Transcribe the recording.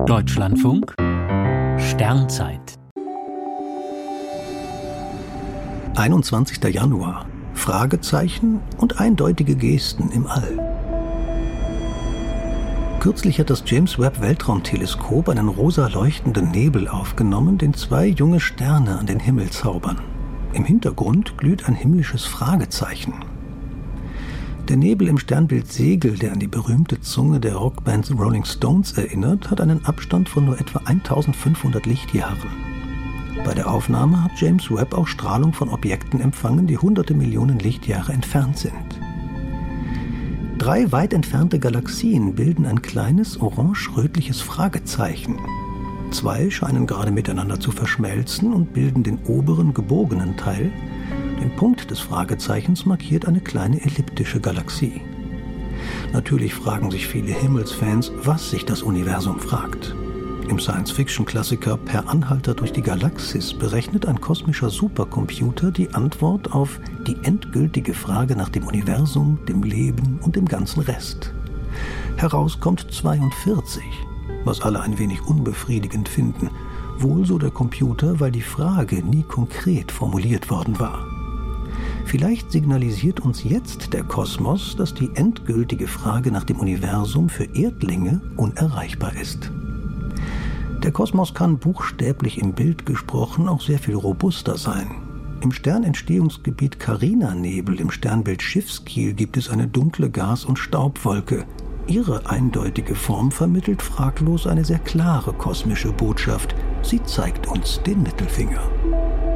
Deutschlandfunk Sternzeit 21. Januar. Fragezeichen und eindeutige Gesten im All. Kürzlich hat das James-Webb-Weltraumteleskop einen rosa leuchtenden Nebel aufgenommen, den 2 junge Sterne an den Himmel zaubern. Im Hintergrund glüht ein himmlisches Fragezeichen. Der Nebel im Sternbild Segel, der an die berühmte Zunge der Rockband Rolling Stones erinnert, hat einen Abstand von nur etwa 1500 Lichtjahren. Bei der Aufnahme hat James Webb auch Strahlung von Objekten empfangen, die hunderte Millionen Lichtjahre entfernt sind. 3 weit entfernte Galaxien bilden ein kleines orange-rötliches Fragezeichen. 2 scheinen gerade miteinander zu verschmelzen und bilden den oberen gebogenen Teil. Den Punkt des Fragezeichens markiert eine kleine elliptische Galaxie. Natürlich fragen sich viele Himmelsfans, was sich das Universum fragt. Im Science-Fiction-Klassiker Per Anhalter durch die Galaxis berechnet ein kosmischer Supercomputer die Antwort auf die endgültige Frage nach dem Universum, dem Leben und dem ganzen Rest. Heraus kommt 42, was alle ein wenig unbefriedigend finden. Wohl so der Computer, weil die Frage nie konkret formuliert worden war. Vielleicht signalisiert uns jetzt der Kosmos, dass die endgültige Frage nach dem Universum für Erdlinge unerreichbar ist. Der Kosmos kann buchstäblich im Bild gesprochen auch sehr viel robuster sein. Im Sternentstehungsgebiet Carina-Nebel im Sternbild Schiffskiel gibt es eine dunkle Gas- und Staubwolke. Ihre eindeutige Form vermittelt fraglos eine sehr klare kosmische Botschaft. Sie zeigt uns den Mittelfinger.